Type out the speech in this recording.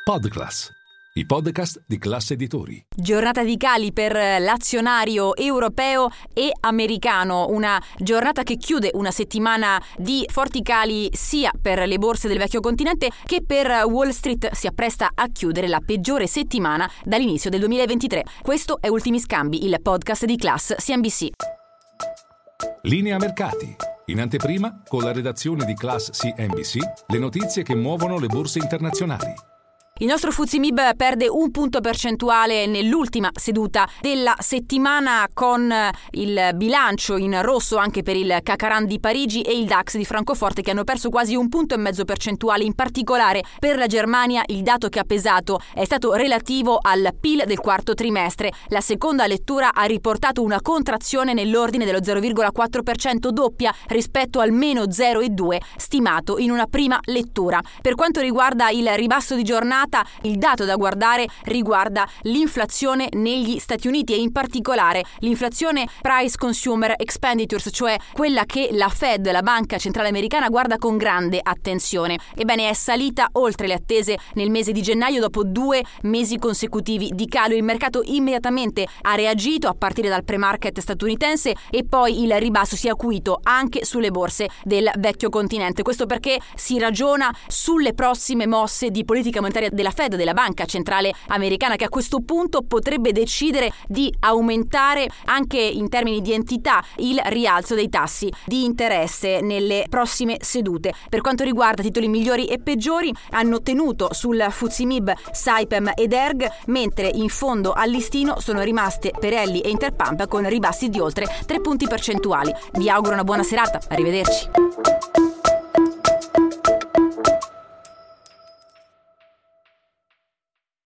Podclass, i podcast di Class Editori. Giornata di cali per l'azionario europeo e americano, una giornata che chiude una settimana di forti cali sia per le borse del vecchio continente che per Wall Street. Si appresta a chiudere la peggiore settimana dall'inizio del 2023. Questo è Ultimi Scambi, il podcast di Class CNBC. Linea mercati. In anteprima, con la redazione di Class CNBC, le notizie che muovono le borse internazionali. Il nostro FTSE MIB perde 1 punto percentuale nell'ultima seduta della settimana, con il bilancio in rosso anche per il CAC 40 di Parigi e il DAX di Francoforte, che hanno perso quasi 1,5 punti percentuale. In particolare per la Germania il dato che ha pesato è stato relativo al PIL del quarto trimestre. La seconda lettura ha riportato una contrazione nell'ordine dello 0,4%, doppia rispetto al meno 0,2% stimato in una prima lettura. Per quanto riguarda il ribasso di giornata, il dato da guardare riguarda l'inflazione negli Stati Uniti e in particolare l'inflazione Price Consumer Expenditures, cioè quella che la Fed, la banca centrale americana, guarda con grande attenzione. Ebbene, è salita oltre le attese nel mese di gennaio dopo 2 mesi consecutivi di calo. Il mercato immediatamente ha reagito a partire dal pre-market statunitense e poi il ribasso si è acuito anche sulle borse del vecchio continente. Questo perché si ragiona sulle prossime mosse di politica monetaria della Fed, della banca centrale americana, che a questo punto potrebbe decidere di aumentare anche in termini di entità il rialzo dei tassi di interesse nelle prossime sedute. Per quanto riguarda titoli migliori e peggiori, hanno tenuto sul FTSE MIB Saipem ed Erg, mentre in fondo al listino sono rimaste Pirelli e Interpump con ribassi di oltre 3 punti percentuali. Vi auguro una buona serata, arrivederci.